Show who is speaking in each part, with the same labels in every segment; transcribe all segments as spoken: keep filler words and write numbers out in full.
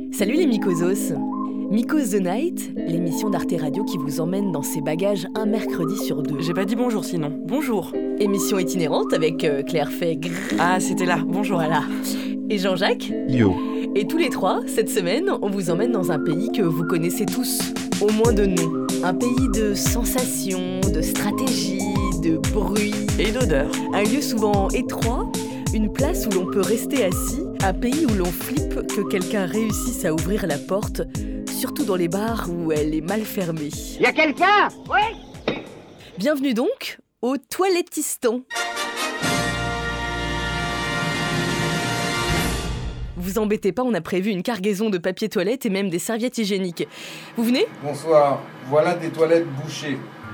Speaker 1: Salut les mycosos. Mycos the Night, l'émission d'Arte Radio qui vous emmène dans ses bagages un mercredi sur deux.
Speaker 2: J'ai pas dit bonjour sinon. Bonjour.
Speaker 1: Émission itinérante avec euh, Claire Fay.
Speaker 2: Ah, c'était là. Bonjour.
Speaker 1: Voilà. Et Jean-Jacques.
Speaker 3: Yo.
Speaker 1: Et tous les trois, cette semaine, on vous emmène dans un pays que vous connaissez tous, au moins de nom. Un pays de sensations, de stratégie, de bruit.
Speaker 2: Et d'odeur.
Speaker 1: Un lieu souvent étroit, une place où l'on peut rester assis, un pays où l'on flippe que quelqu'un réussisse à ouvrir la porte, surtout dans les bars où elle est mal fermée.
Speaker 4: Y a quelqu'un ? Oui.
Speaker 1: Bienvenue donc au Toilettistan. Vous embêtez pas, on a prévu une cargaison de papier toilette et même des serviettes hygiéniques. Vous venez ?
Speaker 3: Bonsoir, voilà des toilettes bouchées.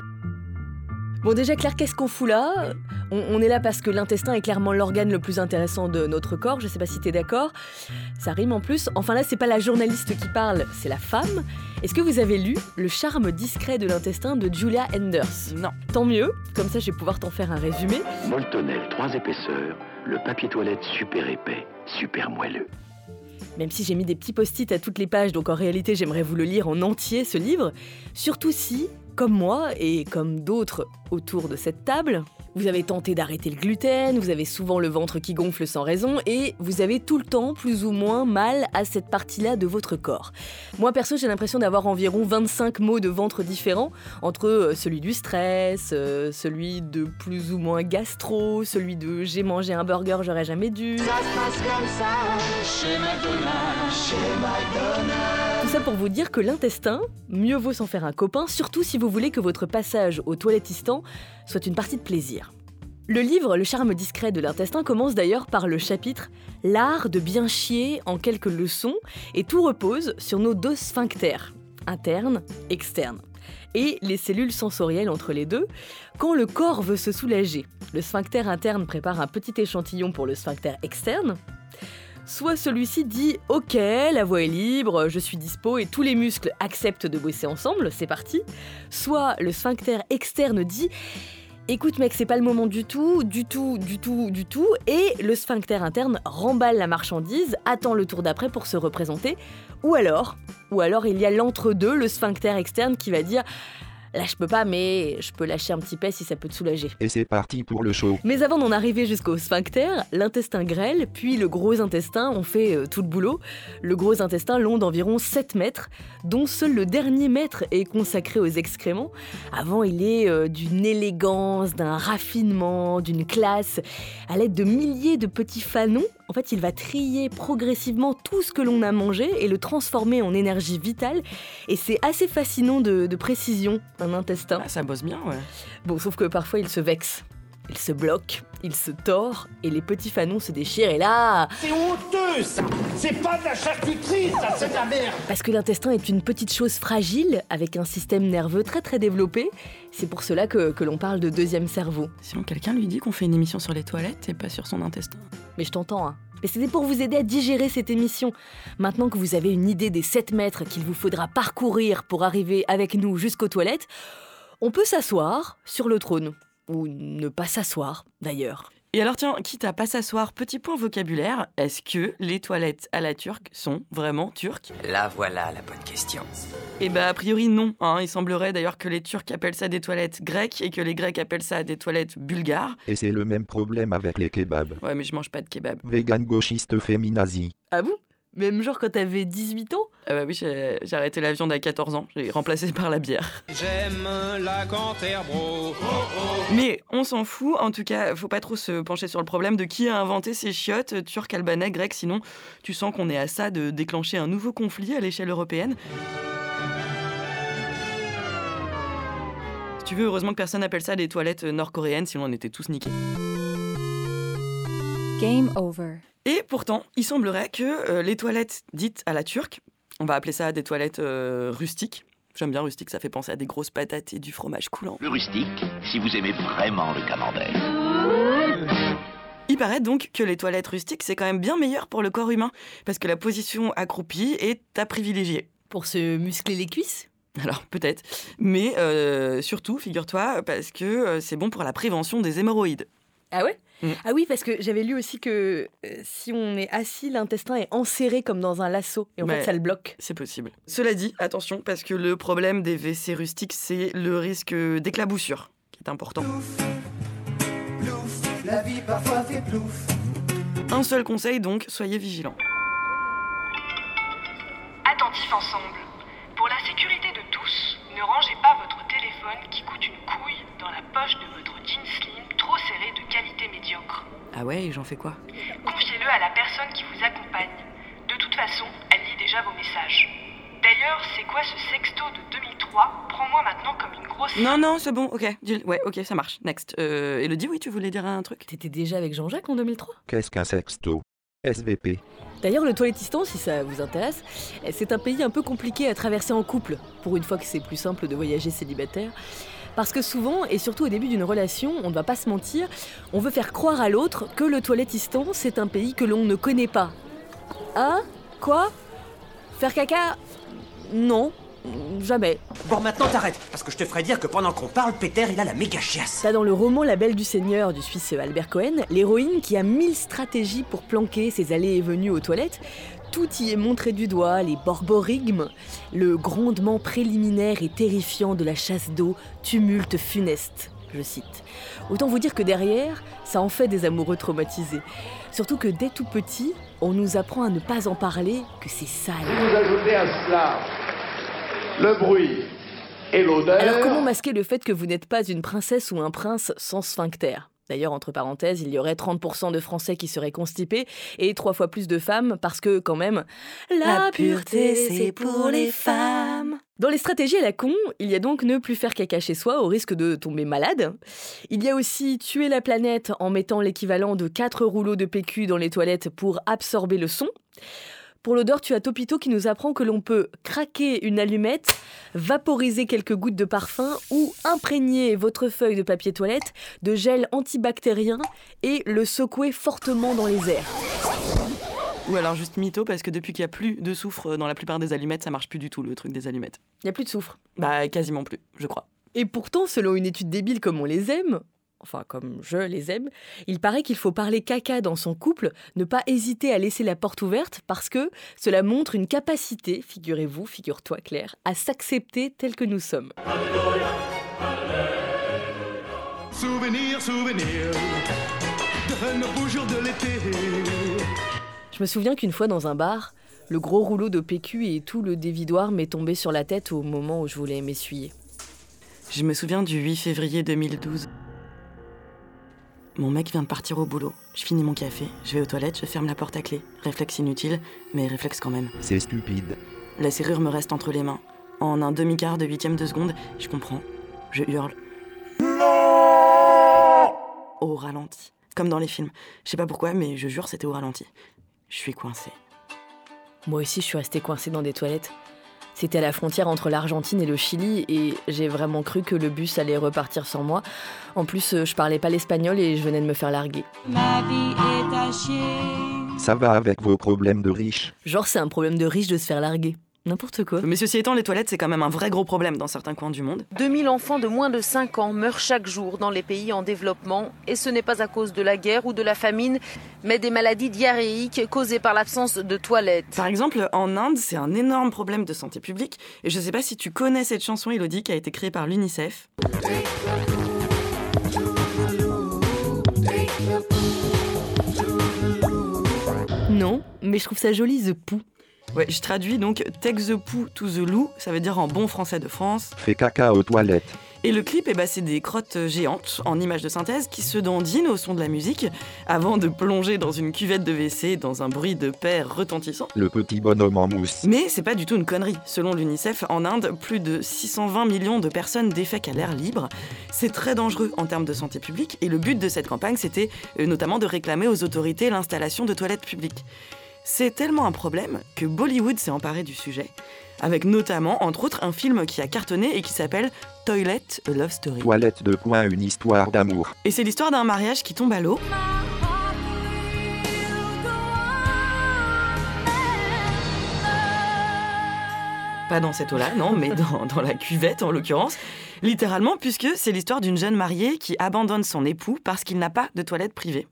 Speaker 1: Bon déjà Claire, qu'est-ce qu'on fout là ? on, on est là parce que l'intestin est clairement l'organe le plus intéressant de notre corps, je sais pas si t'es d'accord. Ça rime en plus. Enfin là, c'est pas la journaliste qui parle, c'est la femme. Est-ce que vous avez lu Le charme discret de l'intestin de Julia Enders ?
Speaker 2: Non.
Speaker 1: Tant mieux, comme ça je vais pouvoir t'en faire un résumé.
Speaker 5: Moltonel, trois épaisseurs, le papier toilette super épais, super moelleux.
Speaker 1: Même si j'ai mis des petits post-it à toutes les pages, donc en réalité j'aimerais vous le lire en entier ce livre, surtout si, comme moi et comme d'autres autour de cette table, vous avez tenté d'arrêter le gluten, vous avez souvent le ventre qui gonfle sans raison et vous avez tout le temps plus ou moins mal à cette partie-là de votre corps. Moi perso, j'ai l'impression d'avoir environ vingt-cinq maux de ventre différents, entre celui du stress, celui de plus ou moins gastro, celui de j'ai mangé un burger, j'aurais jamais dû. Ça se passe comme ça, chez McDonald's, chez McDonald's. Tout ça pour vous dire que l'intestin, mieux vaut s'en faire un copain, surtout si vous voulez que votre passage au Toilettistan soit une partie de plaisir. Le livre Le charme discret de l'intestin commence d'ailleurs par le chapitre « L'art de bien chier en quelques leçons » et tout repose sur nos deux sphincters, interne, externe, et les cellules sensorielles entre les deux. Quand le corps veut se soulager, le sphincter interne prépare un petit échantillon pour le sphincter externe. Soit celui-ci dit « Ok, la voie est libre, je suis dispo et tous les muscles acceptent de bosser ensemble, c'est parti ». Soit le sphincter externe dit « Écoute mec, c'est pas le moment du tout, du tout, du tout, du tout ». Et le sphincter interne remballe la marchandise, attend le tour d'après pour se représenter. Ou alors, ou alors il y a l'entre-deux, le sphincter externe qui va dire « Là, je peux pas, mais je peux lâcher un petit pet si ça peut te soulager. »
Speaker 3: Et c'est parti pour le show.
Speaker 1: Mais avant d'en arriver jusqu'au sphincter, l'intestin grêle, puis le gros intestin ont fait euh, tout le boulot. Le gros intestin long d'environ sept mètres, dont seul le dernier mètre est consacré aux excréments. Avant, il est euh, d'une élégance, d'un raffinement, d'une classe. À l'aide de milliers de petits fanons, en fait, il va trier progressivement tout ce que l'on a mangé et le transformer en énergie vitale. Et c'est assez fascinant de, de précision, un intestin.
Speaker 2: Ah, ça bosse bien, ouais.
Speaker 1: Bon, sauf que parfois, il se vexe. Il se bloque, il se tord, et les petits fanons se déchirent, et là...
Speaker 4: C'est honteux, ça. C'est pas de la charcuterie, ça, c'est de la merde.
Speaker 1: Parce que l'intestin est une petite chose fragile, avec un système nerveux très très développé. C'est pour cela que, que l'on parle de deuxième cerveau.
Speaker 2: Sinon, quelqu'un lui dit qu'on fait une émission sur les toilettes et pas sur son intestin.
Speaker 1: Mais je t'entends, hein. Mais c'était pour vous aider à digérer cette émission. Maintenant que vous avez une idée des sept mètres qu'il vous faudra parcourir pour arriver avec nous jusqu'aux toilettes, on peut s'asseoir sur le trône. Ou ne pas s'asseoir, d'ailleurs.
Speaker 2: Et alors tiens, quitte à pas s'asseoir, petit point vocabulaire, est-ce que les toilettes à la turque sont vraiment turques ?
Speaker 6: Là voilà la bonne question.
Speaker 2: Eh bah a priori non, hein. Il semblerait d'ailleurs que les Turcs appellent ça des toilettes grecques et que les Grecs appellent ça des toilettes bulgares.
Speaker 3: Et c'est le même problème avec les kebabs.
Speaker 2: Ouais mais je mange pas de kebab.
Speaker 3: Vegan gauchiste féminazi.
Speaker 1: Ah bon ? Même genre quand t'avais dix-huit ans ?
Speaker 2: Ah bah oui, j'ai, j'ai arrêté la viande à quatorze ans, j'ai remplacé par la bière.
Speaker 7: J'aime la Canterbro. Oh, oh.
Speaker 2: Mais on s'en fout, en tout cas, faut pas trop se pencher sur le problème de qui a inventé ces chiottes, turcs, albanais, grecs, sinon tu sens qu'on est à ça de déclencher un nouveau conflit à l'échelle européenne. Si tu veux, heureusement que personne n'appelle ça des toilettes nord-coréennes, sinon on était tous niqués.
Speaker 8: Game over.
Speaker 2: Et pourtant, il semblerait que euh, les toilettes dites à la turque, on va appeler ça des toilettes euh, rustiques. J'aime bien rustique, ça fait penser à des grosses patates et du fromage coulant.
Speaker 5: Le rustique, si vous aimez vraiment le camembert.
Speaker 2: Il paraît donc que les toilettes rustiques, c'est quand même bien meilleur pour le corps humain, parce que la position accroupie est à privilégier.
Speaker 1: Pour se muscler les cuisses ?
Speaker 2: Alors, peut-être. Mais euh, surtout, figure-toi, parce que euh, c'est bon pour la prévention des hémorroïdes.
Speaker 1: Ah ouais
Speaker 2: Mm.
Speaker 1: Ah oui, parce que j'avais lu aussi que euh, si on est assis, l'intestin est enserré comme dans un lasso. Et en
Speaker 2: Ouais.
Speaker 1: fait, ça le bloque.
Speaker 2: C'est possible. Cela dit, attention, parce que le problème des W C rustiques, c'est le risque d'éclaboussure, qui est important.
Speaker 8: La vie parfois fait plouf.
Speaker 2: Un seul conseil donc, soyez vigilants.
Speaker 9: Attentifs ensemble. Pour la sécurité de tous, ne rangez pas votre téléphone qui coûte une couille dans la poche de votre jean slim trop serré de qualité médiocre.
Speaker 2: Ah ouais, et j'en fais quoi?
Speaker 9: Confiez-le à la personne qui vous accompagne. De toute façon, elle lit déjà vos messages. D'ailleurs, c'est quoi ce sexto de deux mille trois? Prends-moi maintenant comme une grosse...
Speaker 2: Non, non, c'est bon, ok. Dis- Ouais, ok, ça marche. Next. Euh, Elodie, oui, tu voulais dire un truc?
Speaker 1: T'étais déjà avec Jean-Jacques en deux mille trois?
Speaker 3: Qu'est-ce qu'un sexto? S V P.
Speaker 1: D'ailleurs, le toilettistan, si ça vous intéresse, c'est un pays un peu compliqué à traverser en couple, pour une fois que c'est plus simple de voyager célibataire. Parce que souvent, et surtout au début d'une relation, on ne va pas se mentir, on veut faire croire à l'autre que le toilettistan, c'est un pays que l'on ne connaît pas. Hein? Quoi? Faire caca? Non, jamais.
Speaker 6: Bon, maintenant t'arrêtes, parce que je te ferai dire que pendant qu'on parle, Peter, il a la méga chiasse.
Speaker 1: T'as dans le roman La Belle du Seigneur du Suisse Albert Cohen, l'héroïne qui a mille stratégies pour planquer ses allées et venues aux toilettes. Tout y est montré du doigt, les borborigmes, le grondement préliminaire et terrifiant de la chasse d'eau, tumulte funeste, je cite. Autant vous dire que derrière, ça en fait des amoureux traumatisés. Surtout que dès tout petit, on nous apprend à ne pas en parler, que c'est sale.
Speaker 4: Vous ajoutez à cela le bruit et l'odeur.
Speaker 1: Alors comment masquer le fait que vous n'êtes pas une princesse ou un prince sans sphincter ? D'ailleurs, entre parenthèses, il y aurait trente pour cent de Français qui seraient constipés et trois fois plus de femmes parce que, quand même, la pureté, c'est pour les femmes. Dans les stratégies à la con, il y a donc ne plus faire caca chez soi au risque de tomber malade. Il y a aussi tuer la planète en mettant l'équivalent de quatre rouleaux de P Q dans les toilettes pour absorber le son. Pour l'odeur, tu as Topito qui nous apprend que l'on peut craquer une allumette, vaporiser quelques gouttes de parfum ou imprégner votre feuille de papier toilette de gel antibactérien et le secouer fortement dans les airs.
Speaker 2: Ou alors juste mytho, parce que depuis qu'il n'y a plus de soufre dans la plupart des allumettes, ça marche plus du tout, le truc des allumettes.
Speaker 1: Il n'y a plus de soufre.
Speaker 2: Bah, quasiment plus, je crois.
Speaker 1: Et pourtant, selon une étude débile comme on les aime, enfin comme je les aime, il paraît qu'il faut parler caca dans son couple, ne pas hésiter à laisser la porte ouverte parce que cela montre une capacité, figurez-vous, figure-toi Claire, à s'accepter tel que nous sommes.
Speaker 8: Souvenir, souvenir de nos beaux jours de l'été.
Speaker 1: Je me souviens qu'une fois dans un bar, le gros rouleau de P Q et tout le dévidoir m'est tombé sur la tête au moment où je voulais m'essuyer.
Speaker 2: Je me souviens du huit février deux mille douze. Mon mec vient de partir au boulot. Je finis mon café, je vais aux toilettes, je ferme la porte à clé. Réflexe inutile, mais réflexe quand même.
Speaker 3: C'est stupide.
Speaker 2: La serrure me reste entre les mains. En un demi-quart de huitième de seconde, je comprends. Je hurle. Non ! Au ralenti. Comme dans les films. Je sais pas pourquoi, mais je jure, c'était au ralenti. Je suis coincée.
Speaker 1: Moi aussi, je suis restée coincée dans des toilettes. C'était à la frontière entre l'Argentine et le Chili et j'ai vraiment cru que le bus allait repartir sans moi. En plus, je parlais pas l'espagnol et je venais de me faire larguer.
Speaker 10: Ma vie est à chier.
Speaker 3: Ça va avec vos problèmes de riches.
Speaker 1: Genre, c'est un problème de riche de se faire larguer. N'importe quoi.
Speaker 2: Mais ceci étant, les toilettes, c'est quand même un vrai gros problème dans certains coins du monde.
Speaker 11: deux mille enfants de moins de cinq ans meurent chaque jour dans les pays en développement. Et ce n'est pas à cause de la guerre ou de la famine, mais des maladies diarrhéiques causées par l'absence de toilettes.
Speaker 2: Par exemple, en Inde, c'est un énorme problème de santé publique. Et je sais pas si tu connais cette chanson, Elodie, qui a été créée par l'UNICEF.
Speaker 1: Non, mais je trouve ça joli, The Poo.
Speaker 2: Ouais, je traduis donc « Take the poo to the loo », ça veut dire en bon français de France.
Speaker 3: Fais caca aux toilettes.
Speaker 2: Et le clip, eh ben, c'est des crottes géantes en images de synthèse qui se dandinent au son de la musique avant de plonger dans une cuvette de W C dans un bruit de paire retentissant.
Speaker 3: Le petit bonhomme en mousse.
Speaker 2: Mais c'est pas du tout une connerie. Selon l'UNICEF, en Inde, plus de six cent vingt millions de personnes défèquent à l'air libre. C'est très dangereux en termes de santé publique et le but de cette campagne, c'était euh, notamment de réclamer aux autorités l'installation de toilettes publiques. C'est tellement un problème que Bollywood s'est emparé du sujet, avec notamment, entre autres, un film qui a cartonné et qui s'appelle Toilet, a Love Story.
Speaker 3: Toilette de point, une histoire d'amour.
Speaker 2: Et c'est l'histoire d'un mariage qui tombe à l'eau. Pas dans cette eau-là, non, mais dans, dans la cuvette en l'occurrence. Littéralement, puisque c'est l'histoire d'une jeune mariée qui abandonne son époux parce qu'il n'a pas de toilette privée.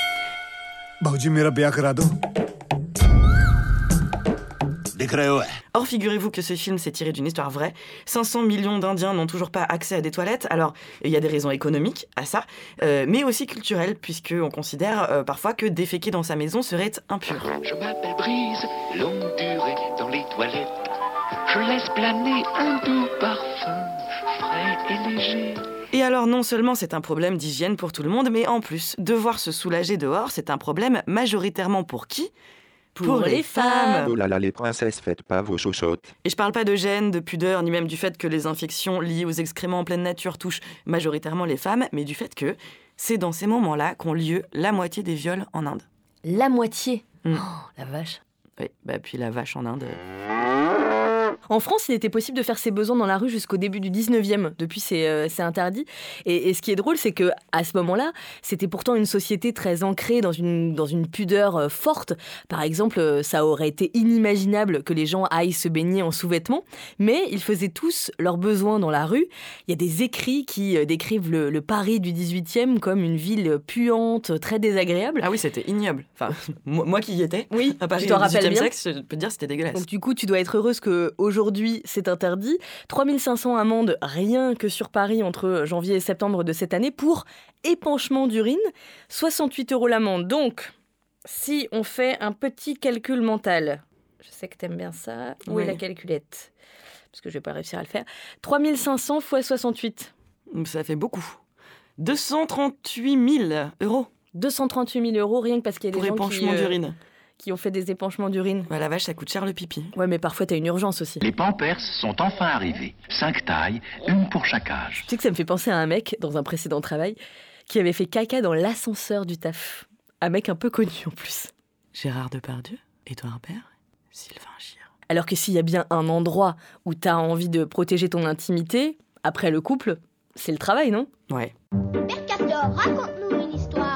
Speaker 2: Or, figurez-vous que ce film s'est tiré d'une histoire vraie. cinq cents millions d'Indiens n'ont toujours pas accès à des toilettes. Alors, il y a des raisons économiques à ça, euh, mais aussi culturelles, puisqu'on considère euh, parfois que déféquer dans sa maison serait impur.
Speaker 5: Je m'appelle Brise, longue durée dans les toilettes. Je laisse planer un doux parfum, frais et léger.
Speaker 2: Et alors, non seulement c'est un problème d'hygiène pour tout le monde, mais en plus, devoir se soulager dehors, c'est un problème majoritairement pour qui ? Pour, pour les, les femmes.
Speaker 3: Oh là là, les princesses, faites pas vos chochottes.
Speaker 2: Et je parle pas de gêne, de pudeur, ni même du fait que les infections liées aux excréments en pleine nature touchent majoritairement les femmes, mais du fait que c'est dans ces moments-là qu'ont lieu la moitié des viols en Inde.
Speaker 1: La moitié
Speaker 2: mmh.
Speaker 1: Oh, la vache.
Speaker 2: Oui, bah puis la vache en Inde...
Speaker 1: En France, il était possible de faire ses besoins dans la rue jusqu'au début du dix-neuvième. Depuis, c'est, euh, c'est interdit. Et, et ce qui est drôle, c'est qu'à ce moment-là, c'était pourtant une société très ancrée dans une, dans une pudeur euh, forte. Par exemple, euh, ça aurait été inimaginable que les gens aillent se baigner en sous-vêtements. Mais ils faisaient tous leurs besoins dans la rue. Il y a des écrits qui euh, décrivent le, le Paris du dix-huitième comme une ville puante, très désagréable.
Speaker 2: Ah oui, c'était ignoble. Enfin, moi qui y étais,
Speaker 1: oui,
Speaker 2: à Paris
Speaker 1: tu t'en
Speaker 2: du dix-huitième
Speaker 1: rappelles bien.
Speaker 2: siècle, je peux te dire que c'était dégueulasse.
Speaker 1: Donc du coup, tu dois être heureuse que aujourd'hui, c'est interdit. trois mille cinq cents amendes rien que sur Paris entre janvier et septembre de cette année pour épanchement d'urine. soixante-huit euros l'amende. Donc, si on fait un petit calcul mental, je sais que t'aimes bien ça. Où
Speaker 2: oui.
Speaker 1: est la calculette ? Parce que je vais pas réussir à le faire. trois mille cinq cents fois soixante-huit.
Speaker 2: Ça fait beaucoup. deux cent trente-huit mille euros.
Speaker 1: deux cent trente-huit mille euros rien que parce qu'il y a des
Speaker 2: pour
Speaker 1: gens
Speaker 2: épanchement
Speaker 1: qui... Euh...
Speaker 2: d'urine.
Speaker 1: qui ont fait des épanchements d'urine.
Speaker 2: Ouais, la vache, ça coûte cher le pipi.
Speaker 1: Ouais, mais parfois, t'as une urgence aussi.
Speaker 5: Les Pampers sont enfin arrivés. Cinq tailles, une pour chaque âge.
Speaker 1: Tu sais que ça me fait penser à un mec, dans un précédent travail, qui avait fait caca dans l'ascenseur du taf. Un mec un peu connu, en plus.
Speaker 2: Gérard Depardieu, Édouard Baird, Sylvain Giraud.
Speaker 1: Alors que s'il y a bien un endroit où t'as envie de protéger ton intimité, après le couple, c'est le travail, non ?
Speaker 2: Ouais.
Speaker 12: Père Castor, raconte-nous une histoire.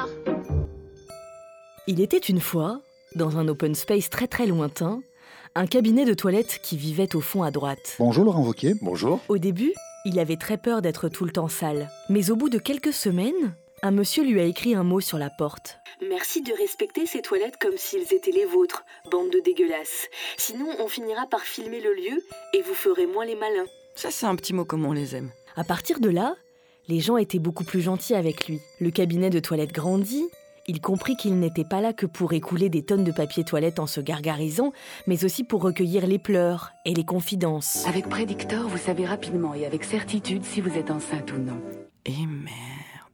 Speaker 1: Il était une fois... dans un open space très très lointain, un cabinet de toilette qui vivait au fond à droite.
Speaker 13: Bonjour Laurent Wauquiez. Bonjour.
Speaker 1: Au début, il avait très peur d'être tout le temps sale. Mais au bout de quelques semaines, un monsieur lui a écrit un mot sur la porte. « Merci de respecter ces toilettes comme s'ils étaient les vôtres, bande de dégueulasses. Sinon, on finira par filmer le lieu et vous ferez moins les malins. »
Speaker 2: Ça, c'est un petit mot comme on les aime.
Speaker 1: À partir de là, les gens étaient beaucoup plus gentils avec lui. Le cabinet de toilette grandit. Il comprit qu'il n'était pas là que pour écouler des tonnes de papier toilette en se gargarisant, mais aussi pour recueillir les pleurs et les confidences.
Speaker 14: Avec Prédictor, vous savez rapidement et avec certitude si vous êtes enceinte ou non.
Speaker 2: Et merde.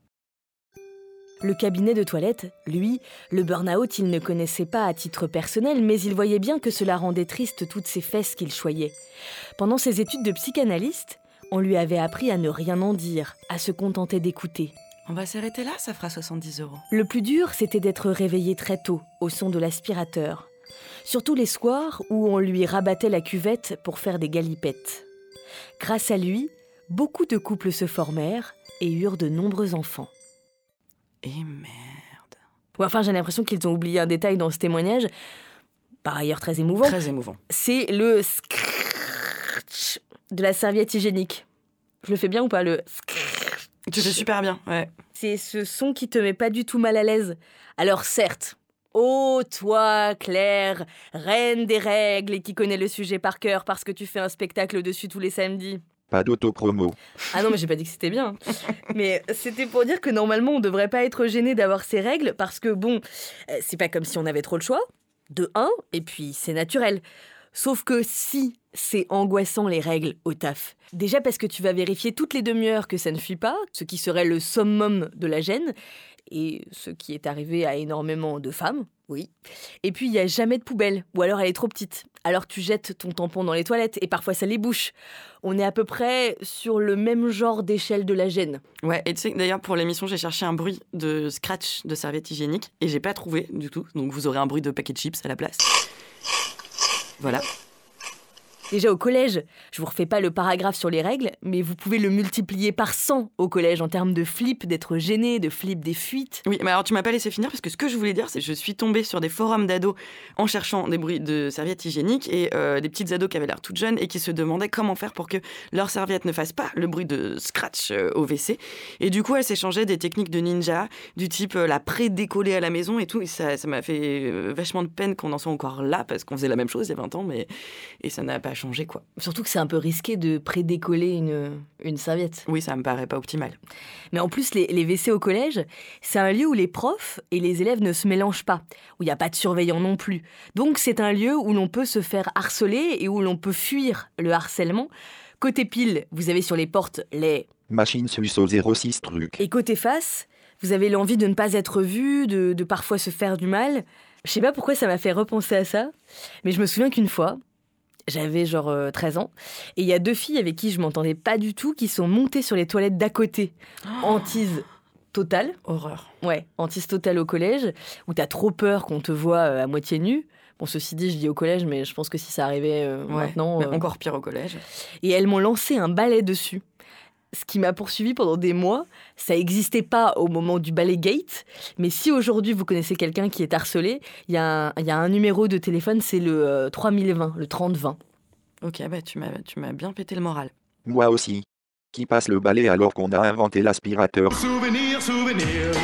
Speaker 1: Le cabinet de toilette, lui, le burn-out, il ne connaissait pas à titre personnel, mais il voyait bien que cela rendait triste toutes ces fesses qu'il choyait. Pendant ses études de psychanalyste, on lui avait appris à ne rien en dire, à se contenter d'écouter.
Speaker 2: On va s'arrêter là, ça fera soixante-dix euros.
Speaker 1: Le plus dur, c'était d'être réveillé très tôt, au son de l'aspirateur. Surtout les soirs où on lui rabattait la cuvette pour faire des galipettes. Grâce à lui, beaucoup de couples se formèrent et eurent de nombreux enfants.
Speaker 2: Et merde.
Speaker 1: Ouais, enfin, j'ai l'impression qu'ils ont oublié un détail dans ce témoignage, par ailleurs très émouvant.
Speaker 2: Très émouvant.
Speaker 1: C'est le scratch de la serviette hygiénique. Je le fais bien ou pas, le scratch?
Speaker 2: Tu fais super bien, ouais.
Speaker 1: C'est ce son qui te met pas du tout mal à l'aise. Alors certes, ô toi, Claire, reine des règles et qui connaît le sujet par cœur parce que tu fais un spectacle dessus tous les samedis.
Speaker 3: Pas d'autopromo.
Speaker 1: Ah non, mais j'ai pas dit que c'était bien. Mais c'était pour dire que normalement, on devrait pas être gêné d'avoir ces règles parce que bon, c'est pas comme si on avait trop le choix. De un, et puis c'est naturel. Sauf que si c'est angoissant les règles au taf. Déjà parce que tu vas vérifier toutes les demi-heures que ça ne fuit pas, ce qui serait le summum de la gêne, et ce qui est arrivé à énormément de femmes, oui. Et puis il n'y a jamais de poubelle, ou alors elle est trop petite. Alors tu jettes ton tampon dans les toilettes, et parfois ça les bouche. On est à peu près sur le même genre d'échelle de la gêne.
Speaker 2: Ouais, et tu sais, d'ailleurs pour l'émission j'ai cherché un bruit de scratch de serviette hygiénique, et j'ai pas trouvé du tout, donc vous aurez un bruit de paquet de chips à la place. Voilà.
Speaker 1: Déjà au collège, je vous refais pas le paragraphe sur les règles, mais vous pouvez le multiplier par cent au collège en termes de flip, d'être gêné, de flip des fuites.
Speaker 2: Oui, mais alors tu m'as pas laissé finir parce que ce que je voulais dire, c'est que je suis tombée sur des forums d'ados en cherchant des bruits de serviettes hygiéniques et euh, des petites ados qui avaient l'air toutes jeunes et qui se demandaient comment faire pour que leurs serviettes ne fassent pas le bruit de scratch euh, au W C. Et du coup, elles s'échangeaient des techniques de ninja, du type euh, la pré-décoller à la maison et tout. Et ça, ça m'a fait euh, vachement de peine qu'on en soit encore là parce qu'on faisait la même chose il y a vingt ans, mais et ça n'a pas changé, quoi.
Speaker 1: Surtout que c'est un peu risqué de pré-décoller une, une serviette.
Speaker 2: Oui, ça me paraît pas optimal.
Speaker 1: Mais en plus, les, les W C au collège, c'est un lieu où les profs et les élèves ne se mélangent pas, où il n'y a pas de surveillant non plus. Donc c'est un lieu où l'on peut se faire harceler et où l'on peut fuir le harcèlement. Côté pile, vous avez sur les portes les...
Speaker 3: Machine Suisse au zéro six truc.
Speaker 1: Et côté face, vous avez l'envie de ne pas être vu, de, de parfois se faire du mal. Je sais pas pourquoi ça m'a fait repenser à ça, mais je me souviens qu'une fois, j'avais genre euh, treize ans, et il y a deux filles avec qui je m'entendais pas du tout qui sont montées sur les toilettes d'à côté. Oh. Hantise totale.
Speaker 2: Horreur.
Speaker 1: Ouais, hantise totale au collège, où t'as trop peur qu'on te voit euh, à moitié nu. Bon, ceci dit, je dis au collège, mais je pense que si ça arrivait euh,
Speaker 2: ouais,
Speaker 1: maintenant...
Speaker 2: Mais
Speaker 1: euh...
Speaker 2: encore pire au collège.
Speaker 1: Et elles m'ont lancé un balai dessus. Ce qui m'a poursuivi pendant des mois, ça n'existait pas au moment du balai gate, mais si aujourd'hui vous connaissez quelqu'un qui est harcelé, il y, y a un numéro de téléphone, c'est le euh, trois mille vingt, le trente vingt.
Speaker 2: Ok, bah tu m'as, tu m'as bien pété le moral.
Speaker 3: Moi aussi. Qui passe le balai alors qu'on a inventé l'aspirateur.
Speaker 8: Souvenir, souvenir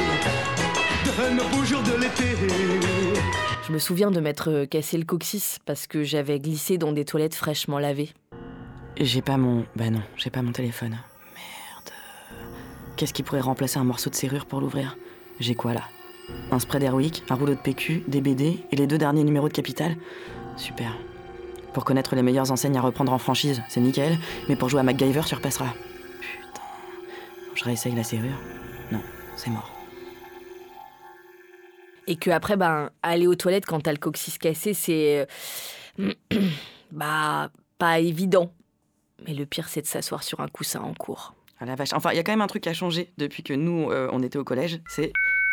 Speaker 8: de nos beaux jours de l'été.
Speaker 1: Je me souviens de m'être cassé le coccyx parce que j'avais glissé dans des toilettes fraîchement lavées.
Speaker 2: J'ai pas mon... Bah non, j'ai pas mon téléphone. Qu'est-ce qui pourrait remplacer un morceau de serrure pour l'ouvrir ? J'ai quoi là ? Un spray d'Airwick, un rouleau de P Q, des B D et les deux derniers numéros de Capital ? Super. Pour connaître les meilleures enseignes à reprendre en franchise, c'est nickel, mais pour jouer à MacGyver, tu repasseras. Putain. Je réessaye la serrure ? Non, c'est mort.
Speaker 1: Et que après, ben, aller aux toilettes quand t'as le coccyx cassé, c'est... bah, pas évident. Mais le pire, c'est de s'asseoir sur un coussin en cours.
Speaker 2: Ah la vache. Enfin, il y a quand même un truc qui a changé depuis que nous, euh, on était au collège, c'est...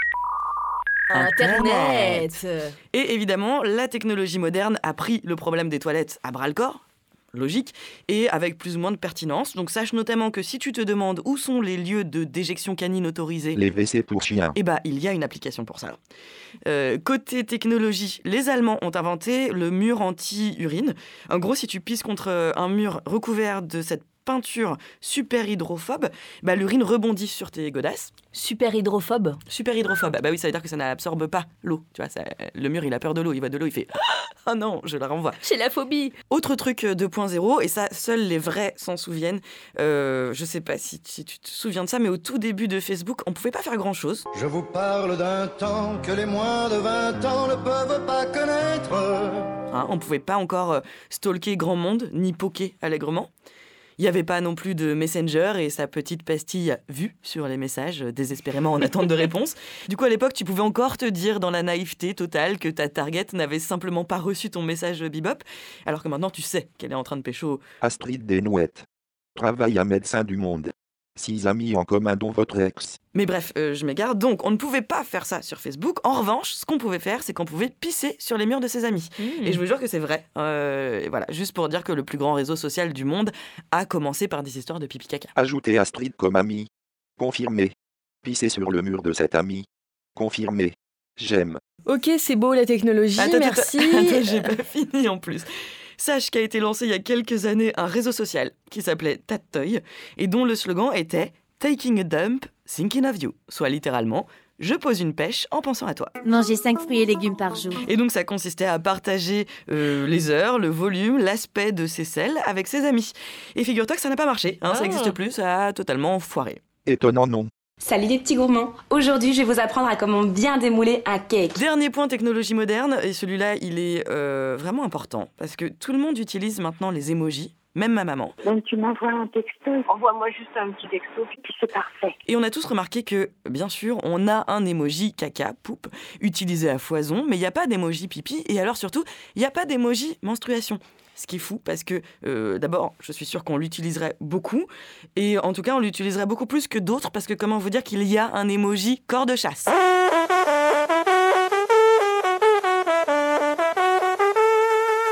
Speaker 1: Internet.
Speaker 2: Internet. Et évidemment, la technologie moderne a pris le problème des toilettes à bras-le-corps, logique, et avec plus ou moins de pertinence. Donc sache notamment que si tu te demandes où sont les lieux de déjection canine autorisés...
Speaker 3: Les W C pour chiens.
Speaker 2: Eh bah, il y a une application pour ça. Euh, côté technologie, les Allemands ont inventé le mur anti-urine. En gros, si tu pisses contre un mur recouvert de cette peinture super hydrophobe, bah, l'urine rebondit sur tes godasses.
Speaker 1: Super hydrophobe
Speaker 2: Super hydrophobe. Bah oui, ça veut dire que ça n'absorbe pas l'eau. Tu vois, ça, le mur, il a peur de l'eau. Il voit de l'eau, il fait « Ah non, je la renvoie ».
Speaker 1: J'ai la phobie.
Speaker 2: Autre truc deux point zéro, et ça, seuls les vrais s'en souviennent. Euh, je sais pas si, si tu te souviens de ça, mais au tout début de Facebook, on pouvait pas faire grand-chose.
Speaker 8: Je vous parle d'un temps que les moins de vingt ans ne peuvent pas connaître.
Speaker 2: Hein, on pouvait pas encore euh, stalker grand monde, ni poker allègrement. Il n'y avait pas non plus de Messenger et sa petite pastille vue sur les messages, désespérément en attente de réponse. Du coup, à l'époque, tu pouvais encore te dire dans la naïveté totale que ta target n'avait simplement pas reçu ton message bebop, alors que maintenant, tu sais qu'elle est en train de pécho.
Speaker 3: Astrid Desnouettes. Travaille à Médecins du Monde. Six amis en commun dont votre ex.
Speaker 2: Mais bref, euh, je m'égare. Donc, on ne pouvait pas faire ça sur Facebook. En revanche, ce qu'on pouvait faire, c'est qu'on pouvait pisser sur les murs de ses amis. Mmh. Et je vous jure que c'est vrai. Euh, voilà, juste pour dire que le plus grand réseau social du monde a commencé par des histoires de pipi caca.
Speaker 3: Ajoutez Astrid comme ami. Confirmé. Pisser sur le mur de cet ami. Confirmé. J'aime.
Speaker 1: Ok, c'est beau la technologie,
Speaker 2: attends,
Speaker 1: merci.
Speaker 2: Attends, attends, j'ai pas fini en plus. Sache qu'a été lancé il y a quelques années un réseau social qui s'appelait Tattoy et dont le slogan était « Taking a dump, thinking of you », soit littéralement « Je pose une pêche en pensant à toi ».
Speaker 13: Manger cinq fruits et légumes par jour.
Speaker 2: Et donc ça consistait à partager euh, les heures, le volume, l'aspect de ses selles avec ses amis. Et figure-toi que ça n'a pas marché, hein, ah. Ça n'existe plus, ça a totalement foiré.
Speaker 3: Étonnant, non ?
Speaker 15: Salut les petits gourmands. Aujourd'hui, je vais vous apprendre à comment bien démouler un cake.
Speaker 2: Dernier point technologie moderne, et celui-là, il est euh, vraiment important, parce que tout le monde utilise maintenant les emojis, même ma maman.
Speaker 16: Donc tu m'envoies un texto, envoie-moi juste un petit texto, puis c'est parfait.
Speaker 2: Et on a tous remarqué que, bien sûr, on a un emoji caca, poupe, utilisé à foison, mais il n'y a pas d'emoji pipi, et alors surtout, il n'y a pas d'emoji menstruation. Ce qui est fou parce que, euh, d'abord, je suis sûre qu'on l'utiliserait beaucoup. Et en tout cas, on l'utiliserait beaucoup plus que d'autres parce que comment vous dire qu'il y a un emoji corps de chasse. Un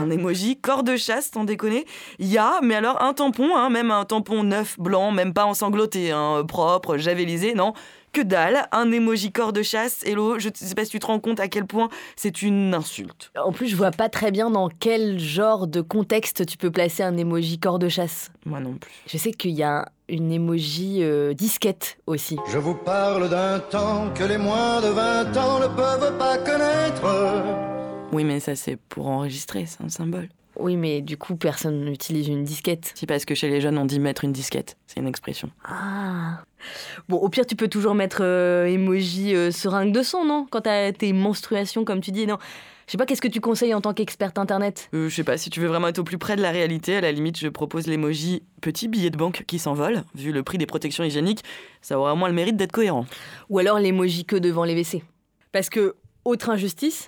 Speaker 2: un emoji corps de chasse, sans déconner. Il y a, mais alors un tampon, hein, même un tampon neuf, blanc, même pas ensanglanté, hein, propre, javelisé, non. Que dalle, un emoji corps de chasse. Hello, je sais pas si tu te rends compte à quel point c'est une insulte.
Speaker 1: En plus, je vois pas très bien dans quel genre de contexte tu peux placer un emoji corps de chasse.
Speaker 2: Moi non plus.
Speaker 1: Je sais qu'il y a une emoji euh, disquette aussi.
Speaker 8: Je vous parle d'un temps que les moins de vingt ans ne peuvent pas connaître.
Speaker 2: Oui, mais ça c'est pour enregistrer, c'est un symbole.
Speaker 1: Oui, mais du coup, personne n'utilise une disquette.
Speaker 2: Si, parce que chez les jeunes, on dit mettre une disquette. C'est une expression.
Speaker 1: Ah. Bon, au pire, tu peux toujours mettre euh, emoji euh, seringue de sang, non ? Quand t'as tes menstruations, comme tu dis, non. Je sais pas, qu'est-ce que tu conseilles en tant qu'experte internet ?
Speaker 2: euh, Je sais pas, si tu veux vraiment être au plus près de la réalité, à la limite, je propose l'emoji petit billet de banque qui s'envole. Vu le prix des protections hygiéniques, ça aurait au moins le mérite d'être cohérent.
Speaker 1: Ou alors l'emoji queue devant les W C. Parce que, autre injustice...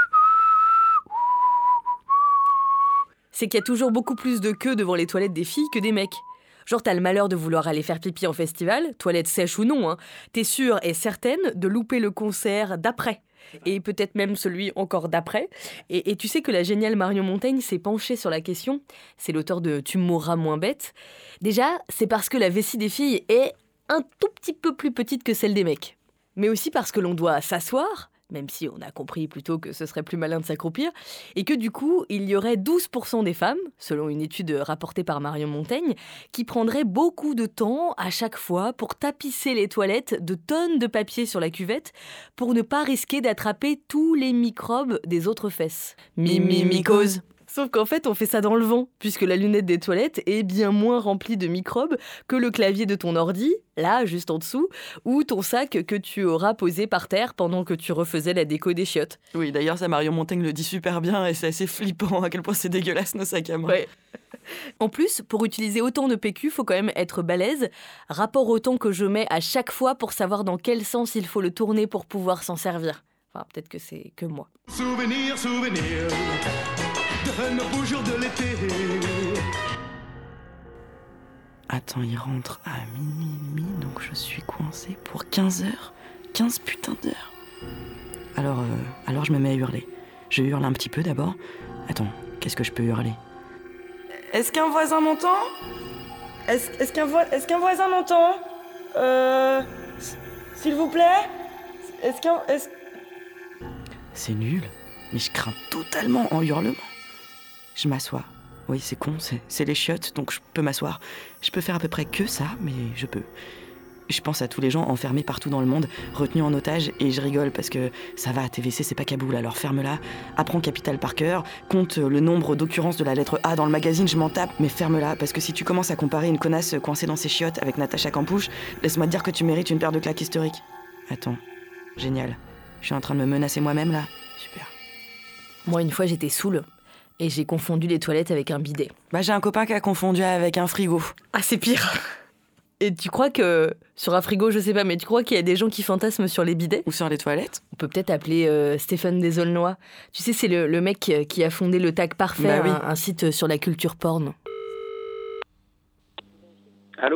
Speaker 1: c'est qu'il y a toujours beaucoup plus de queues devant les toilettes des filles que des mecs. Genre, t'as le malheur de vouloir aller faire pipi en festival, toilette sèche ou non, hein, t'es sûre et certaine de louper le concert d'après. Et peut-être même celui encore d'après. Et, et tu sais que la géniale Marion Montaigne s'est penchée sur la question. C'est l'auteur de « Tu mourras moins bête ». Déjà, c'est parce que la vessie des filles est un tout petit peu plus petite que celle des mecs. Mais aussi parce que l'on doit s'asseoir, même si on a compris plutôt que ce serait plus malin de s'accroupir, et que du coup, il y aurait douze pour cent des femmes, selon une étude rapportée par Marion Montaigne, qui prendraient beaucoup de temps à chaque fois pour tapisser les toilettes de tonnes de papier sur la cuvette pour ne pas risquer d'attraper tous les microbes des autres fesses. Mimimicose. Sauf qu'en fait, on fait ça dans le vent, puisque la lunette des toilettes est bien moins remplie de microbes que le clavier de ton ordi, là, juste en dessous, ou ton sac que tu auras posé par terre pendant que tu refaisais la déco des chiottes.
Speaker 2: Oui, d'ailleurs, ça, Marion Montaigne le dit super bien, et c'est assez flippant à quel point c'est dégueulasse nos sacs à main.
Speaker 1: Ouais. En plus, pour utiliser autant de P Q, faut quand même être balèze. Rapport au temps que je mets à chaque fois pour savoir dans quel sens il faut le tourner pour pouvoir s'en servir. Enfin, peut-être que c'est que moi.
Speaker 8: Souvenir, souvenir de nos beaux jours de l'été.
Speaker 2: Attends, il rentre à minuit et demi, donc je suis coincée pour quinze heures. quinze putains d'heures. Alors, euh, alors je me mets à hurler. Je hurle un petit peu d'abord. Attends, qu'est-ce que je peux hurler ? Est-ce qu'un voisin m'entend ? Est-ce, est-ce, qu'un, vo- est-ce qu'un voisin m'entend ? Euh... S'il vous plaît ? Est-ce qu'un... Est-ce... C'est nul, mais je crains totalement en hurlement. Je m'assois. Oui, c'est con, c'est, c'est les chiottes, donc je peux m'asseoir. Je peux faire à peu près que ça, mais je peux. Je pense à tous les gens enfermés partout dans le monde, retenus en otage, et je rigole parce que ça va, T V C, c'est pas Kaboul, alors ferme-la, apprends Capital par cœur, compte le nombre d'occurrences de la lettre A dans le magazine, je m'en tape, mais ferme-la, parce que si tu commences à comparer une connasse coincée dans ses chiottes avec Natacha Campouche, laisse-moi te dire que tu mérites une paire de claques historiques. Attends, génial. Je suis en train de me menacer moi-même, là. Super.
Speaker 1: Moi, une fois, j'étais saoule. Et j'ai confondu les toilettes avec un bidet.
Speaker 2: Bah, j'ai un copain qui a confondu avec un frigo.
Speaker 1: Ah, c'est pire. Et tu crois que, sur un frigo, je sais pas, mais tu crois qu'il y a des gens qui fantasment sur les bidets ?
Speaker 2: Ou sur les toilettes ?
Speaker 1: On peut peut-être appeler euh, Stéphane Desaulnois. Tu sais, c'est le, le mec qui a fondé le Tag Parfait,
Speaker 2: bah oui.
Speaker 1: un, un site sur la culture porn.
Speaker 17: Allô ?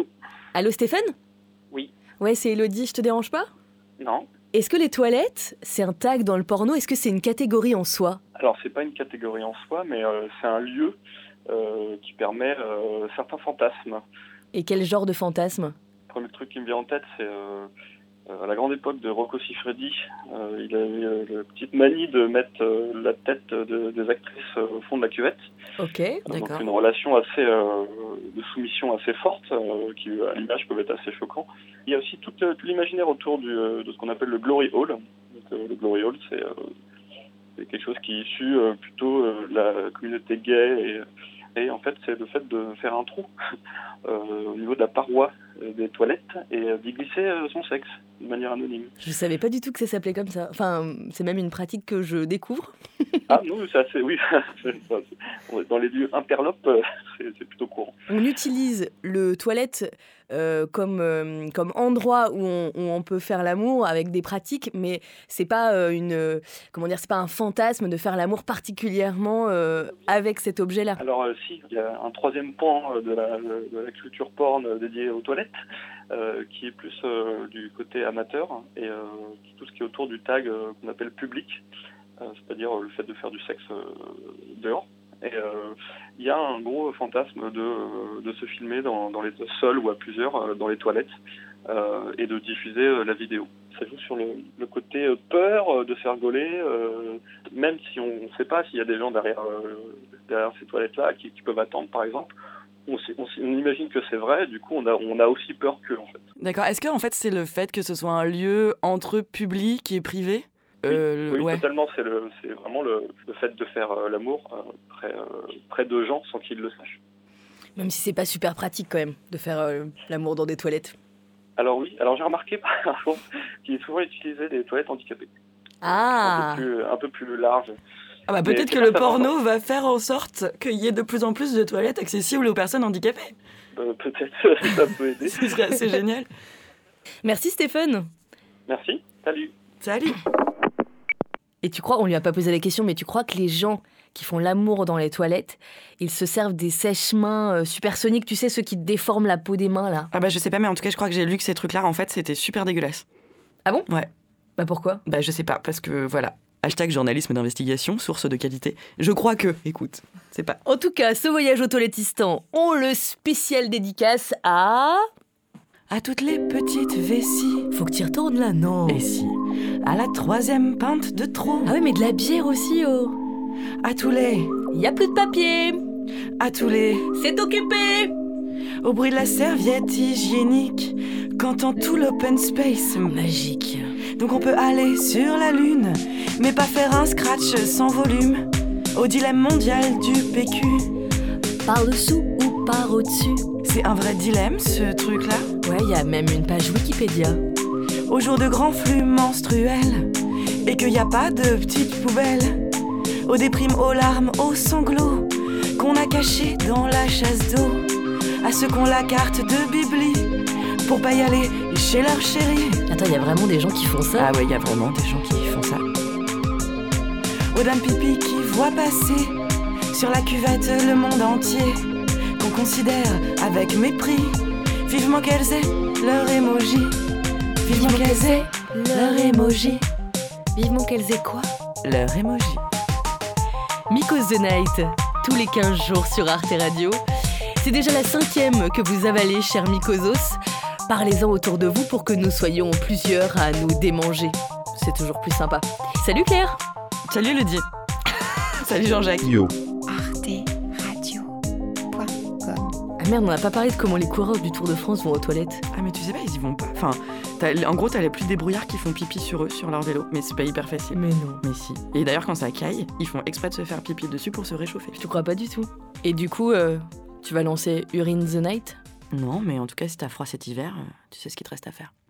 Speaker 1: Allô, Stéphane ?
Speaker 17: Oui.
Speaker 1: Ouais, c'est Elodie, je te dérange pas ?
Speaker 17: Non.
Speaker 1: Est-ce que les toilettes, c'est un tag dans le porno ? Est-ce que c'est une catégorie en soi ?
Speaker 17: Alors, c'est pas une catégorie en soi, mais euh, c'est un lieu euh, qui permet euh, certains fantasmes.
Speaker 1: Et quel genre de fantasme ?
Speaker 17: Le premier truc qui me vient en tête, c'est euh, à la grande époque de Rocco Siffredi. Euh, il avait euh, la petite manie de mettre euh, la tête de, des actrices au fond de la cuvette.
Speaker 1: Ok,
Speaker 17: euh,
Speaker 1: d'accord.
Speaker 17: Donc une relation assez euh, de soumission assez forte, euh, qui à l'image peut être assez choquant. Il y a aussi tout, euh, tout l'imaginaire autour du, euh, de ce qu'on appelle le glory hole. Donc, euh, le glory hole, c'est, euh, c'est quelque chose qui est issu euh, plutôt euh, de la communauté gay et, et en fait c'est le fait de faire un trou euh, au niveau de la paroi euh, des toilettes et euh, d'y glisser euh, son sexe de manière anonyme.
Speaker 1: Je savais pas du tout que ça s'appelait comme ça. Enfin, c'est même une pratique que je découvre.
Speaker 17: Ah non, c'est assez, oui, dans les lieux interlopes, c'est, c'est plutôt courant.
Speaker 1: On utilise le toilette euh, comme, euh, comme endroit où on, où on peut faire l'amour avec des pratiques, mais c'est pas euh, une, euh, comment dire, c'est pas un fantasme de faire l'amour particulièrement euh, avec cet objet-là.
Speaker 17: Alors euh, si, il y a un troisième pan de la, de la culture porn dédiée aux toilettes, euh, qui est plus euh, du côté amateur et euh, tout ce qui est autour du tag euh, qu'on appelle public. Euh, c'est-à-dire le fait de faire du sexe euh, dehors. Et il euh, y a un gros fantasme de, de se filmer dans, dans les, seul ou à plusieurs dans les toilettes euh, et de diffuser euh, la vidéo. Ça joue sur le, le côté peur de faire gauler, euh, même si on ne sait pas s'il y a des gens derrière, euh, derrière ces toilettes-là qui, qui peuvent attendre, par exemple. On, on, on imagine que c'est vrai, du coup on a, on a aussi peur qu'eux, en fait.
Speaker 2: D'accord, est-ce que en fait, c'est le fait que ce soit un lieu entre public et privé ?
Speaker 17: Euh, oui, oui
Speaker 2: ouais.
Speaker 17: totalement, c'est, le, c'est vraiment le, le fait de faire euh, l'amour euh, près, euh, près de gens sans qu'ils le sachent.
Speaker 1: Même si c'est pas super pratique quand même, de faire euh, l'amour dans des toilettes.
Speaker 17: Alors oui, alors j'ai remarqué par contre qu'il est souvent utilisé des toilettes handicapées.
Speaker 1: Ah
Speaker 17: Un peu plus, un peu plus larges.
Speaker 2: Ah bah peut-être que le porno va faire en sorte qu'il y ait de plus en plus de toilettes accessibles aux personnes handicapées.
Speaker 17: Euh, peut-être, ça peut aider.
Speaker 2: Ce serait assez génial.
Speaker 1: Merci Stéphane.
Speaker 17: Merci, salut.
Speaker 2: Salut.
Speaker 1: Et tu crois, on lui a pas posé la question, mais tu crois que les gens qui font l'amour dans les toilettes, ils se servent des sèche-mains euh, supersoniques, tu sais, ceux qui déforment la peau des mains là ?
Speaker 2: Ah bah je sais pas, mais en tout cas je crois que j'ai lu que ces trucs-là, en fait, c'était super dégueulasse.
Speaker 1: Ah bon ?
Speaker 2: Ouais.
Speaker 1: Bah pourquoi ?
Speaker 2: Bah je sais pas, parce que voilà... Hashtag journalisme d'investigation, source de qualité. Je crois que, écoute, c'est pas...
Speaker 1: En tout cas, ce voyage au toilettistan, on le spécial dédicace à...
Speaker 2: À toutes les petites vessies.
Speaker 1: Faut que tu y retournes là, non ?
Speaker 2: Et si. À la troisième pinte de trop.
Speaker 1: Ah oui, mais de la bière aussi, oh.
Speaker 2: À tous les...
Speaker 1: Y a plus de papier.
Speaker 2: À tous les...
Speaker 1: C'est occupé.
Speaker 2: Au bruit de la serviette hygiénique, qu'entend tout l'open space.
Speaker 1: Magique.
Speaker 2: Donc on peut aller sur la lune, mais pas faire un scratch sans volume. Au dilemme mondial du P Q.
Speaker 1: Par dessous ou par au-dessus.
Speaker 2: C'est un vrai dilemme, ce truc-là.
Speaker 1: Ouais, y a même une page Wikipédia.
Speaker 2: Au jour de grands flux menstruels, et qu'il y a pas de petites poubelles. Aux déprimes, aux larmes, aux sanglots, qu'on a cachés dans la chasse d'eau. À ceux qu'on la carte de bibli, pour pas y aller chez leur chérie.
Speaker 1: Attends, y a vraiment des gens qui font ça ?
Speaker 2: Ah ouais, y a vraiment des gens qui font ça. Aux dames pipi qui voient passer sur la cuvette le monde entier, qu'on considère avec mépris. Vivement qu'elles aient leur émoji.
Speaker 1: Vivement qu'elles aient leur émoji. Vivement qu'elles aient quoi ?
Speaker 2: Leur émoji.
Speaker 1: Mykos the Night, tous les quinze jours sur Arte Radio. C'est déjà la cinquième que vous avalez, chers Mykosos. Parlez-en autour de vous pour que nous soyons plusieurs à nous démanger. C'est toujours plus sympa. Salut Claire.
Speaker 2: Salut Lydie. Salut Jean-Jacques.
Speaker 3: Yo.
Speaker 18: arte radio point com.
Speaker 1: Ah merde, on n'a pas parlé de comment les coureurs du Tour de France vont aux toilettes.
Speaker 2: Ah mais tu sais pas, ils y vont pas. Enfin, t'as, en gros, t'as les plus débrouillards qui font pipi sur eux, sur leur vélo. Mais c'est pas hyper facile.
Speaker 1: Mais non.
Speaker 2: Mais si. Et d'ailleurs, quand ça caille, ils font exprès de se faire pipi dessus pour se réchauffer.
Speaker 1: Je te crois pas du tout. Et du coup, euh, tu vas lancer Urine the Night ?
Speaker 2: Non, mais en tout cas, si t'as froid cet hiver, tu sais ce qu'il te reste à faire.